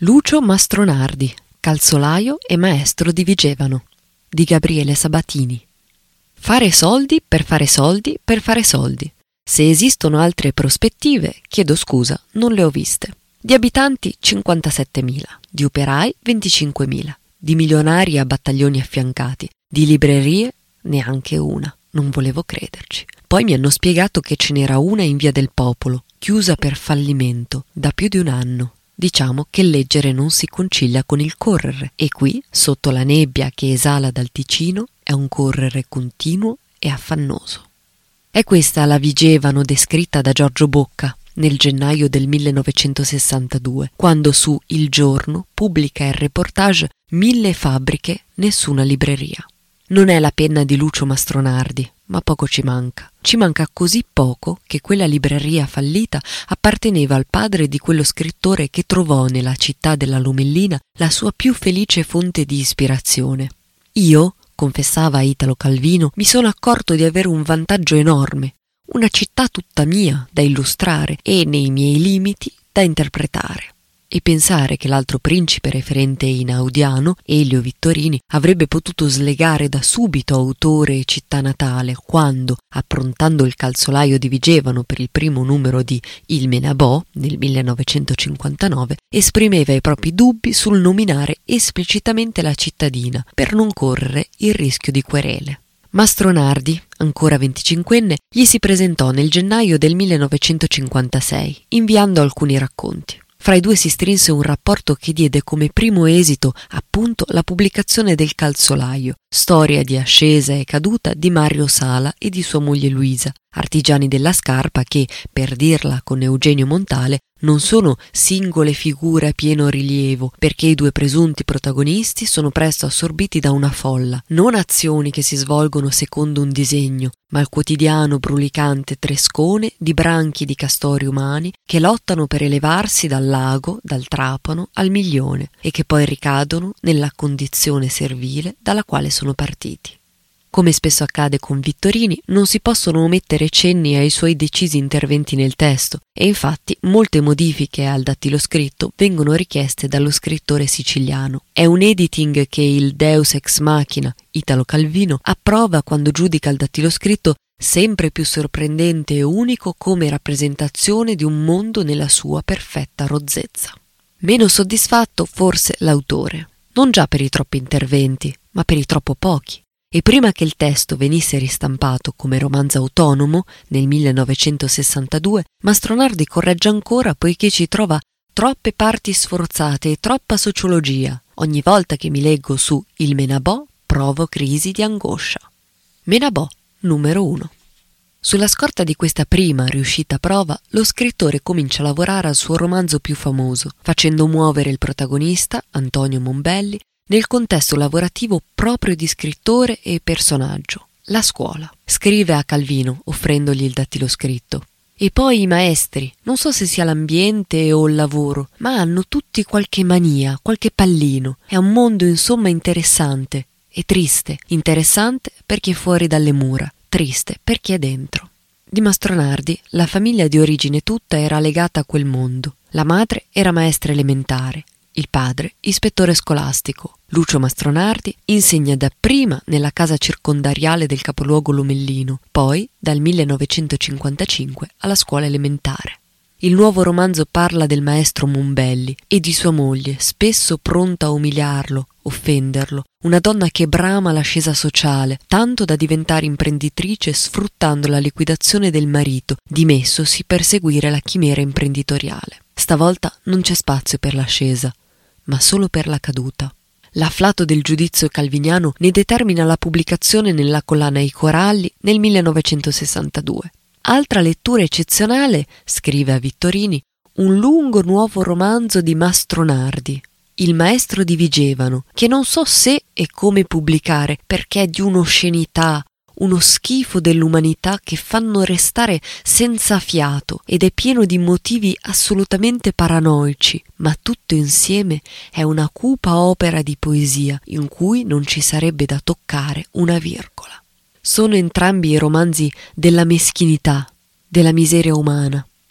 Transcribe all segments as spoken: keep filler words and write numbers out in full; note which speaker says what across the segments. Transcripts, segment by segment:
Speaker 1: Lucio Mastronardi, calzolaio e maestro di Vigevano, di Gabriele Sabatini. Fare soldi per fare soldi per fare soldi. Se esistono altre prospettive, chiedo scusa, non le ho viste. Di abitanti cinquantasettemila, di operai venticinquemila, di milionari a battaglioni affiancati, di librerie neanche una. Non volevo crederci. Poi mi hanno spiegato che ce n'era una in Via del Popolo, chiusa per fallimento, da più di un anno. Diciamo che il leggere non si concilia con il correre, e qui, sotto la nebbia che esala dal Ticino, è un correre continuo e affannoso. È questa la Vigevano descritta da Giorgio Bocca nel gennaio del millenovecentosessantadue, quando su Il Giorno pubblica il reportage Mille fabbriche, nessuna libreria. Non è la penna di Lucio Mastronardi, ma poco ci manca. Ci manca così poco che quella libreria fallita apparteneva al padre di quello scrittore che trovò nella città della Lomellina la sua più felice fonte di ispirazione. Io, confessava Italo Calvino, mi sono accorto di avere un vantaggio enorme, una città tutta mia da illustrare e, nei miei limiti, da interpretare. E pensare che l'altro principe referente einaudiano, Elio Vittorini, avrebbe potuto slegare da subito autore e città natale quando, approntando il calzolaio di Vigevano per il primo numero di Il Menabò nel millenovecentocinquantanove, esprimeva i propri dubbi sul nominare esplicitamente la cittadina per non correre il rischio di querele. Mastronardi, ancora venticinquenne, gli si presentò nel gennaio del millenovecentocinquantasei, inviando alcuni racconti. Fra i due si strinse un rapporto che diede come primo esito, appunto, la pubblicazione del Calzolaio, storia di ascesa e caduta di Mario Sala e di sua moglie Luisa, artigiani della scarpa che, per dirla con Eugenio Montale, non sono singole figure a pieno rilievo, perché i due presunti protagonisti sono presto assorbiti da una folla, non azioni che si svolgono secondo un disegno, ma il quotidiano brulicante trescone di branchi di castori umani che lottano per elevarsi dal lago, dal trapano, al milione e che poi ricadono nella condizione servile dalla quale sono partiti. Come spesso accade con Vittorini, non si possono omettere cenni ai suoi decisi interventi nel testo e infatti molte modifiche al dattiloscritto vengono richieste dallo scrittore siciliano. È un editing che il Deus ex machina, Italo Calvino, approva quando giudica il dattiloscritto sempre più sorprendente e unico come rappresentazione di un mondo nella sua perfetta rozzezza. Meno soddisfatto forse l'autore, non già per i troppi interventi, ma per i troppo pochi. E prima che il testo venisse ristampato come romanzo autonomo nel millenovecentosessantadue, Mastronardi corregge ancora poiché ci trova troppe parti sforzate e troppa sociologia. Ogni volta che mi leggo su Il Menabò provo crisi di angoscia. Menabò numero uno. Sulla scorta di questa prima riuscita prova, lo scrittore comincia a lavorare al suo romanzo più famoso, facendo muovere il protagonista, Antonio Mombelli, nel contesto lavorativo proprio di scrittore e personaggio, la scuola. Scrive a Calvino, offrendogli il dattiloscritto. E poi i maestri, non so se sia l'ambiente o il lavoro, ma hanno tutti qualche mania, qualche pallino. È un mondo insomma interessante e triste. Interessante per chi è fuori dalle mura, triste per chi è dentro. Di Mastronardi, la famiglia di origine tutta era legata a quel mondo. La madre era maestra elementare, il padre ispettore scolastico. Lucio Mastronardi insegna dapprima nella casa circondariale del capoluogo lomellino, poi dal millenovecentocinquantacinque alla scuola elementare. Il nuovo romanzo parla del maestro Mombelli e di sua moglie, spesso pronta a umiliarlo, offenderlo, una donna che brama l'ascesa sociale, tanto da diventare imprenditrice sfruttando la liquidazione del marito, dimessosi per seguire la chimera imprenditoriale. Stavolta non c'è spazio per l'ascesa, ma solo per la caduta. L'afflato del giudizio calviniano ne determina la pubblicazione nella collana I Coralli nel millenovecentosessantadue. Altra lettura eccezionale, scrive a Vittorini, un lungo nuovo romanzo di Mastronardi, Il maestro di Vigevano, che non so se e come pubblicare perché è di un'oscenità, uno schifo dell'umanità che fanno restare senza fiato ed è pieno di motivi assolutamente paranoici, ma tutto insieme è una cupa opera di poesia in cui non ci sarebbe da toccare una virgola. Sono entrambi i romanzi della meschinità, della miseria umana,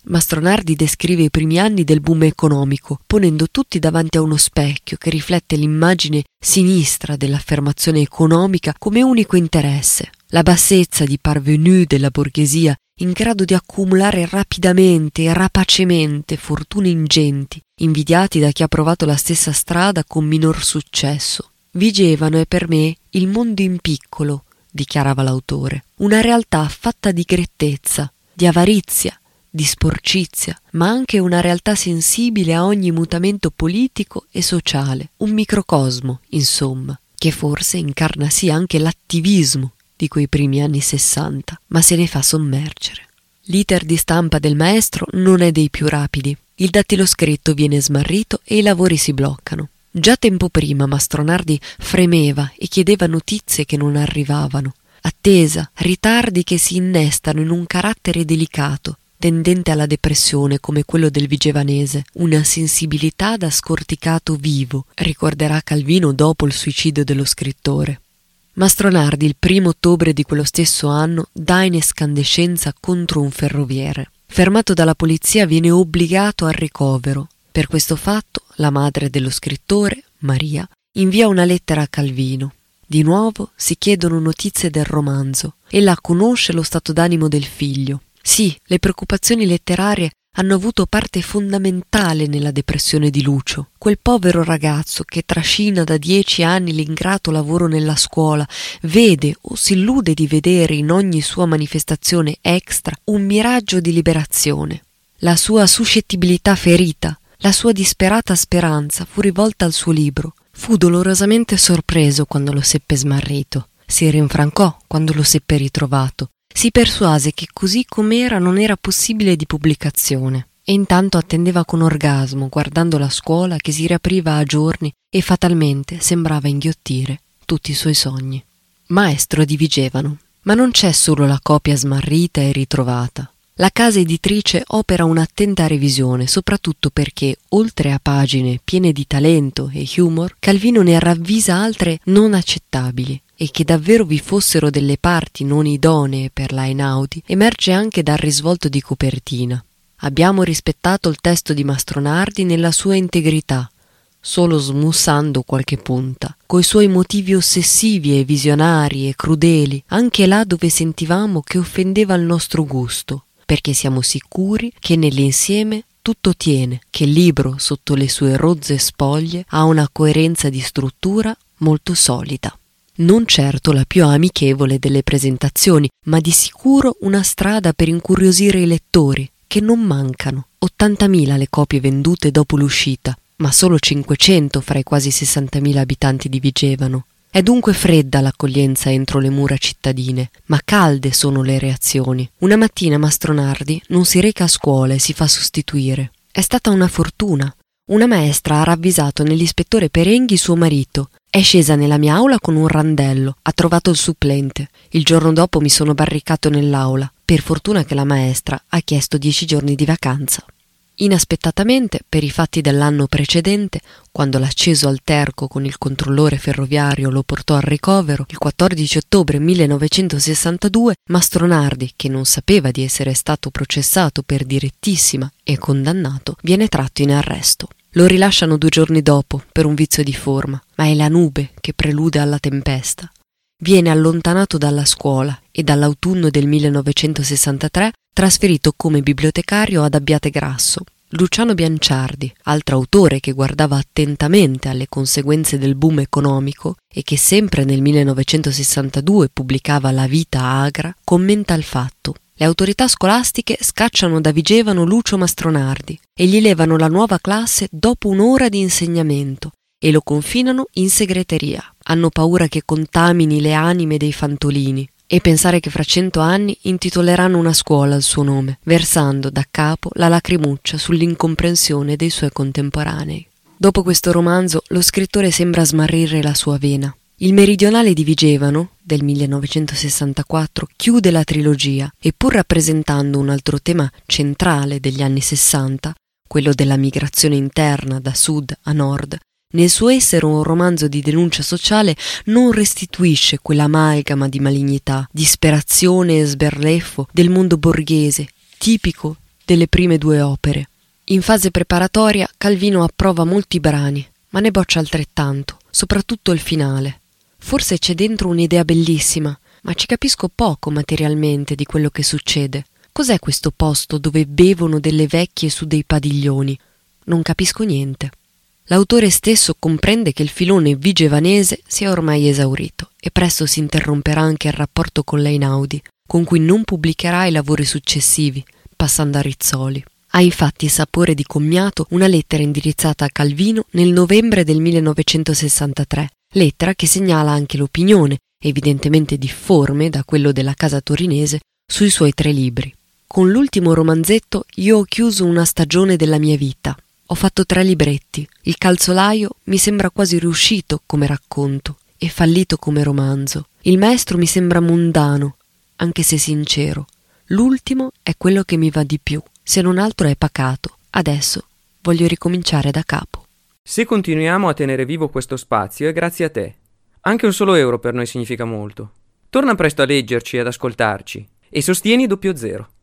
Speaker 1: Mastronardi descrive i primi anni del boom economico, ponendo tutti davanti a uno specchio che riflette l'immagine sinistra dell'affermazione economica come unico interesse, la bassezza di parvenu della borghesia in grado di accumulare rapidamente e rapacemente fortune ingenti, invidiati da chi ha provato la stessa strada con minor successo. Vigevano è per me il mondo in piccolo, dichiarava l'autore, una realtà fatta di grettezza, di avarizia, di sporcizia, ma anche una realtà sensibile a ogni mutamento politico e sociale, un microcosmo, insomma, che forse incarna sì anche l'attivismo di quei primi anni sessanta, ma se ne fa sommergere. L'iter di stampa del maestro non è dei più rapidi. Il dattiloscritto viene smarrito e i lavori si bloccano. Già tempo prima Mastronardi fremeva e chiedeva notizie che non arrivavano, attesa, ritardi che si innestano in un carattere delicato, tendente alla depressione come quello del vigevanese, una sensibilità da scorticato vivo, ricorderà Calvino dopo il suicidio dello scrittore. Mastronardi il primo ottobre di quello stesso anno dà in escandescenza contro un ferroviere. Fermato dalla polizia viene obbligato al ricovero. Per questo fatto la madre dello scrittore, Maria, invia una lettera a Calvino. Di nuovo si chiedono notizie del romanzo. Ella conosce lo stato d'animo del figlio. Sì, le preoccupazioni letterarie hanno avuto parte fondamentale nella depressione di Lucio, quel povero ragazzo che trascina da dieci anni l'ingrato lavoro nella scuola, vede o si illude di vedere in ogni sua manifestazione extra un miraggio di liberazione. La sua suscettibilità ferita, la sua disperata speranza fu rivolta al suo libro. Fu dolorosamente sorpreso quando lo seppe smarrito, si rinfrancò quando lo seppe ritrovato. Si persuase che così com'era non era possibile di pubblicazione e intanto attendeva con orgasmo guardando la scuola che si riapriva a giorni e fatalmente sembrava inghiottire tutti i suoi sogni. Maestro di Vigevano. Ma non c'è solo la copia smarrita e ritrovata. La casa editrice opera un'attenta revisione, soprattutto perché, oltre a pagine piene di talento e humor, Calvino ne ravvisa altre non accettabili. E che davvero vi fossero delle parti non idonee per la Einaudi emerge anche dal risvolto di copertina. Abbiamo rispettato il testo di Mastronardi nella sua integrità, solo smussando qualche punta, coi suoi motivi ossessivi e visionari e crudeli, anche là dove sentivamo che offendeva il nostro gusto, perché siamo sicuri che nell'insieme tutto tiene, che il libro, sotto le sue rozze spoglie, ha una coerenza di struttura molto solida. Non certo la più amichevole delle presentazioni, ma di sicuro una strada per incuriosire i lettori, che non mancano. ottantamila le copie vendute dopo l'uscita, ma solo cinquecento fra i quasi sessantamila abitanti di Vigevano. È dunque fredda l'accoglienza entro le mura cittadine, ma calde sono le reazioni. Una mattina Mastronardi non si reca a scuola e si fa sostituire. È stata una fortuna. Una maestra ha ravvisato nell'ispettore Perenghi suo marito. È scesa nella mia aula con un randello, ha trovato il supplente. Il giorno dopo mi sono barricato nell'aula. Per fortuna che la maestra ha chiesto dieci giorni di vacanza. Inaspettatamente, per i fatti dell'anno precedente, quando l'acceso alterco con il controllore ferroviario lo portò al ricovero, il quattordici ottobre millenovecentosessantadue, Mastronardi, che non sapeva di essere stato processato per direttissima e condannato, viene tratto in arresto. Lo rilasciano due giorni dopo per un vizio di forma, ma è la nube che prelude alla tempesta. Viene allontanato dalla scuola e dall'autunno del millenovecentosessantatré trasferito come bibliotecario ad Abbiategrasso. Luciano Bianciardi, altro autore che guardava attentamente alle conseguenze del boom economico e che sempre nel millenovecentosessantadue pubblicava La vita agra, commenta il fatto. Le autorità scolastiche scacciano da Vigevano Lucio Mastronardi e gli levano la nuova classe dopo un'ora di insegnamento e lo confinano in segreteria. Hanno paura che contamini le anime dei fantolini e pensare che fra cento anni intitoleranno una scuola al suo nome, versando da capo la lacrimuccia sull'incomprensione dei suoi contemporanei. Dopo questo romanzo lo scrittore sembra smarrire la sua vena. Il Meridionale di Vigevano, del millenovecentosessantaquattro, chiude la trilogia e pur rappresentando un altro tema centrale degli anni sessanta, quello della migrazione interna da sud a nord, nel suo essere un romanzo di denuncia sociale non restituisce quell'amalgama di malignità, disperazione e sberleffo del mondo borghese, tipico delle prime due opere. In fase preparatoria Calvino approva molti brani, ma ne boccia altrettanto, soprattutto il finale. Forse c'è dentro un'idea bellissima, ma ci capisco poco materialmente di quello che succede. Cos'è questo posto dove bevono delle vecchie su dei padiglioni? Non capisco niente. L'autore stesso comprende che il filone vigevanese sia ormai esaurito e presto si interromperà anche il rapporto con l'Einaudi, con cui non pubblicherà i lavori successivi, passando a Rizzoli. Ha infatti sapore di commiato una lettera indirizzata a Calvino nel novembre del millenovecentosessantatré, lettera che segnala anche l'opinione, evidentemente difforme da quello della casa torinese, sui suoi tre libri. Con l'ultimo romanzetto io ho chiuso una stagione della mia vita. Ho fatto tre libretti. Il calzolaio mi sembra quasi riuscito come racconto e fallito come romanzo. Il maestro mi sembra mondano, anche se sincero. L'ultimo è quello che mi va di più, se non altro è pacato. Adesso voglio ricominciare da capo.
Speaker 2: Se continuiamo a tenere vivo questo spazio è grazie a te. Anche un solo euro per noi significa molto. Torna presto a leggerci e ad ascoltarci e sostieni Doppio Zero.